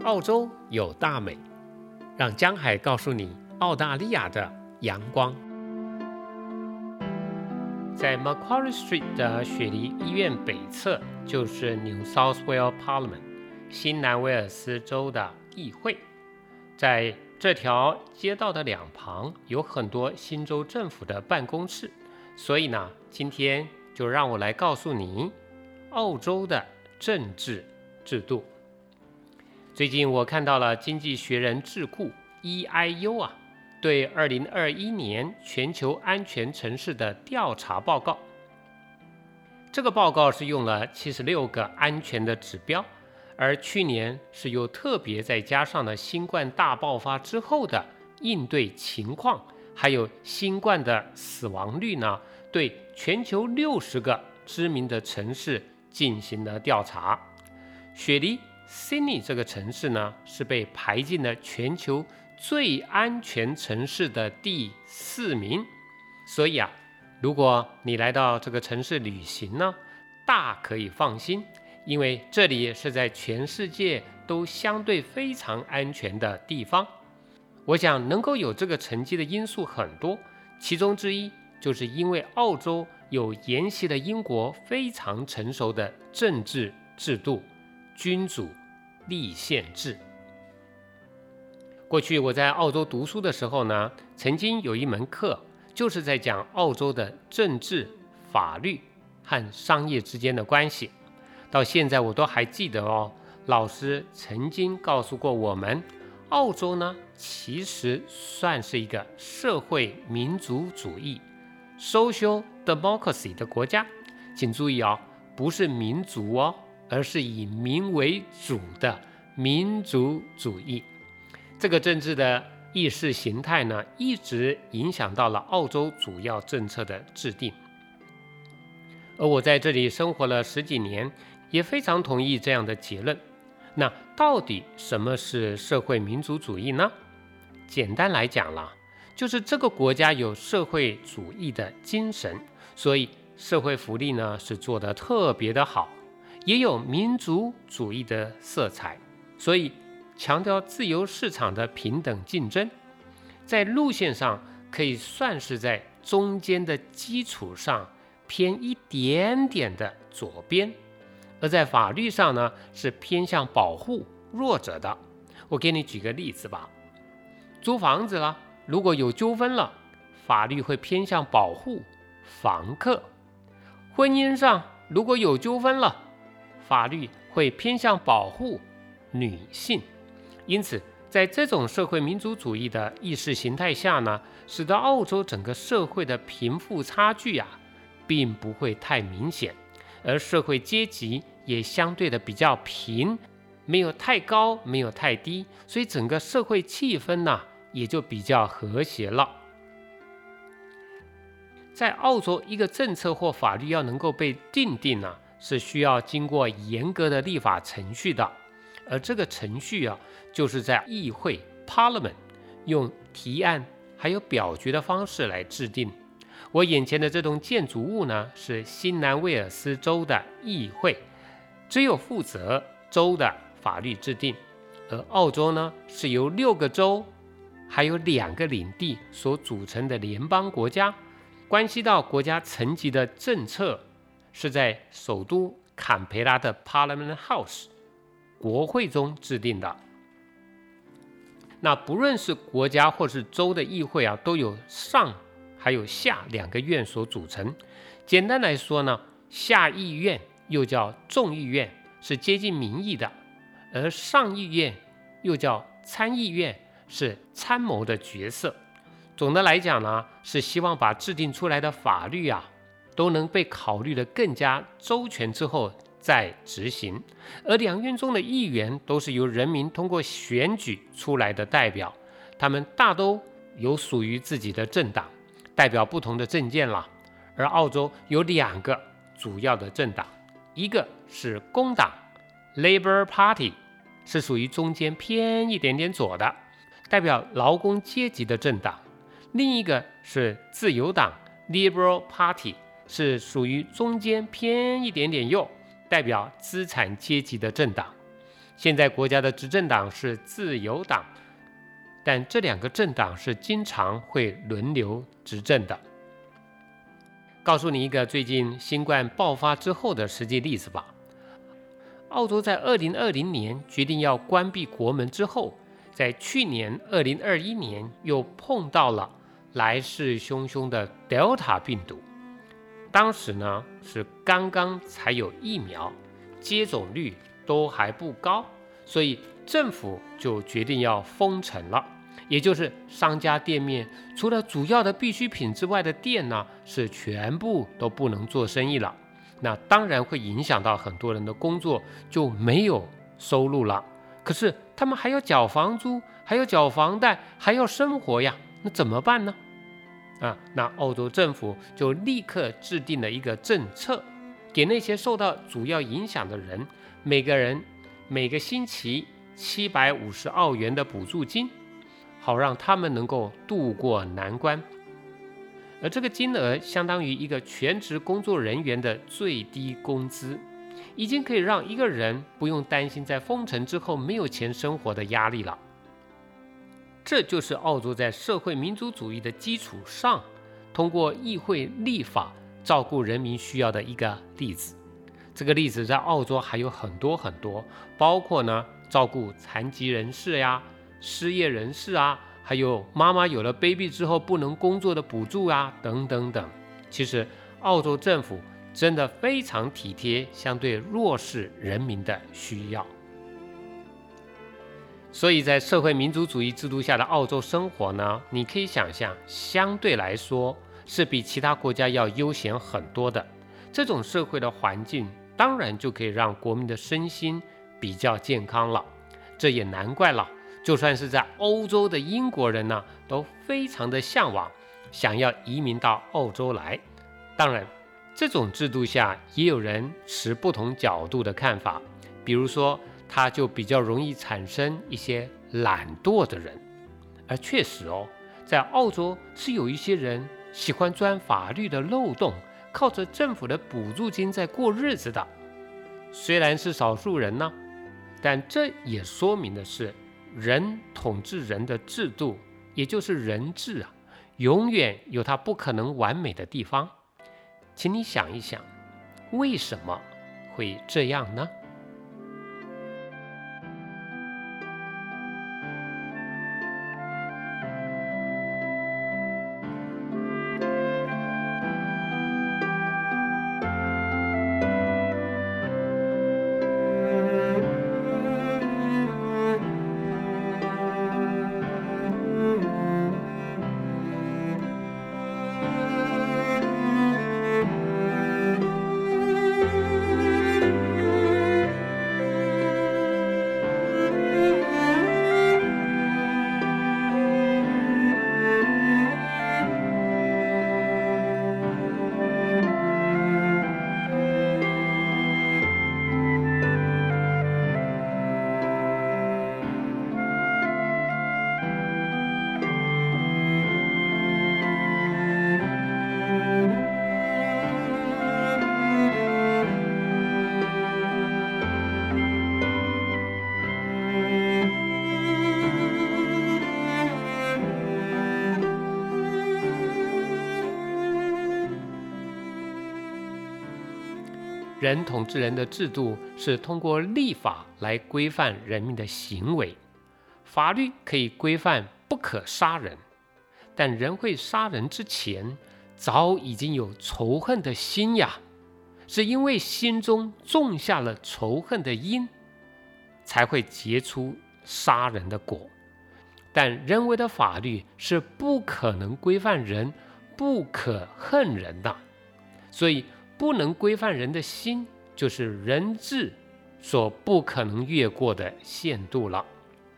澳洲有大美，让江海告诉你澳大利亚的阳光。在 Macquarie Street 的雪梨医院北侧就是 New South Wales Parliament 新南威尔斯州的议会。在这条街道的两旁有很多新州政府的办公室，所以呢，今天就让我来告诉你澳洲的政治制度。最近我看到了经济学人智库 EIU 对2021年全球安全城市的调查报告。这个报告是用了76个安全的指标，而去年是又特别再加上了新冠大爆发之后的应对情况，还有新冠的死亡率呢，对全球60个知名的城市进行了调查。雪梨 Sydney 这个城市呢，是被排进了全球最安全城市的第4名。所以如果你来到这个城市旅行呢，大可以放心，因为这里是在全世界都相对非常安全的地方。我想能够有这个成绩的因素很多，其中之一就是因为澳洲有沿袭了英国非常成熟的政治制度，君主立宪制。过去我在澳洲读书的时候呢，曾经有一门课就是在讲澳洲的政治、法律和商业之间的关系。到现在我都还记得老师曾经告诉过我们，澳洲呢其实算是一个社会民主主义 social democracy 的国家。请注意不是民族而是以民为主的民族主义。这个政治的意识形态呢，一直影响到了澳洲主要政策的制定。而我在这里生活了10几年，也非常同意这样的结论。那到底什么是社会民主主义呢？简单来讲啦，就是这个国家有社会主义的精神，所以社会福利呢是做得特别的好，也有民族主义的色彩，所以强调自由市场的平等竞争，在路线上可以算是在中间的基础上偏一点点的左边，而在法律上呢是偏向保护弱者的。我给你举个例子吧，租房子了，如果有纠纷了，法律会偏向保护房客；婚姻上如果有纠纷了，法律会偏向保护女性。因此在这种社会民主主义的意识形态下呢，使得澳洲整个社会的贫富差距并不会太明显，而社会阶级也相对的比较平，没有太高，没有太低，所以整个社会气氛呢也就比较和谐了。在澳洲，一个政策或法律要能够被订定呢，是需要经过严格的立法程序的，而这个程序就是在议会 Parliament 用提案还有表决的方式来制定。我眼前的这栋建筑物呢，是新南威尔斯州的议会，只有负责州的法律制定。而澳洲呢，是由6个州还有2个领地所组成的联邦国家，关系到国家层级的政策是在首都坎培拉的 Parliament House 国会中制定的。那不论是国家或是州的议会都有上还有下2个院所组成。简单来说呢，下议院又叫众议院，是接近民意的，而上议院又叫参议院，是参谋的角色。总的来讲呢，是希望把制定出来的法律都能被考虑得更加周全之后再执行。而2院中的议员都是由人民通过选举出来的代表，他们大都有属于自己的政党，代表不同的政见啦。而澳洲有2个主要的政党，一个是工党 Labour Party， 是属于中间偏一点点左的，代表劳工阶级的政党；另一个是自由党 Liberal Party， 是属于中间偏一点点右，代表资产阶级的政党。 现在国家的执政党是自由党，但这两个政党是经常会轮流执政的。告诉你一个最近新冠爆发之后的实际例子吧。澳洲在2020年决定要关闭国门之后，在去年2021年又碰到了来势汹汹的 Delta 病毒。当时呢是刚刚才有疫苗，接种率都还不高，所以政府就决定要封城了。也就是商家店面除了主要的必需品之外的店呢，是全部都不能做生意了。那当然会影响到很多人的工作，就没有收入了。可是他们还要缴房租，还要缴房贷，还要生活呀，那怎么办呢？那澳洲政府就立刻制定了一个政策，给那些受到主要影响的人，每个人每个星期750澳元的补助金，好让他们能够渡过难关。而这个金额相当于一个全职工作人员的最低工资，已经可以让一个人不用担心在封城之后没有钱生活的压力了。这就是澳洲在社会民主主义的基础上，通过议会立法照顾人民需要的一个例子。这个例子在澳洲还有很多很多，包括呢照顾残疾人士呀、失业人士啊，还有妈妈有了 baby 之后不能工作的补助啊，等等等。其实澳洲政府真的非常体贴相对弱势人民的需要。所以在社会民主主义制度下的澳洲生活呢，你可以想象相对来说是比其他国家要悠闲很多的。这种社会的环境当然就可以让国民的身心比较健康了。这也难怪了，就算是在欧洲的英国人呢，都非常的向往，想要移民到澳洲来。当然这种制度下也有人持不同角度的看法，比如说它就比较容易产生一些懒惰的人。而确实在澳洲是有一些人喜欢钻法律的漏洞，靠着政府的补助金在过日子的。虽然是少数人呢，但这也说明的是人统治人的制度，也就是人治永远有它不可能完美的地方。请你想一想，为什么会这样呢？人统治人的制度是通过立法来规范人民的行为。法律可以规范不可杀人，但人会杀人之前，早已经有仇恨的心呀，是因为心中种下了仇恨的因，才会结出杀人的果。但人为的法律是不可能规范人，不可恨人的，所以不能规范人的心，就是人治所不可能越过的限度了。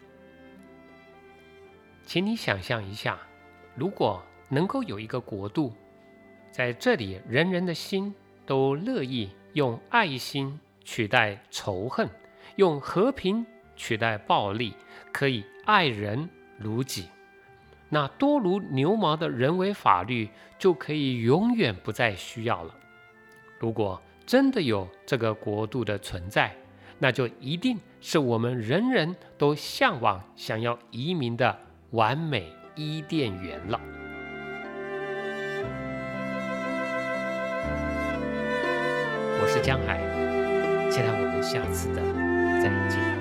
请你想象一下，如果能够有一个国度，在这里人人的心都乐意用爱心取代仇恨，用和平取代暴力，可以爱人如己，那多如牛毛的人为法律就可以永远不再需要了。如果真的有这个国度的存在， 那就一定是我们人人都向往、想要移民的完美伊甸园了。我是江海，期待我们下次的再见。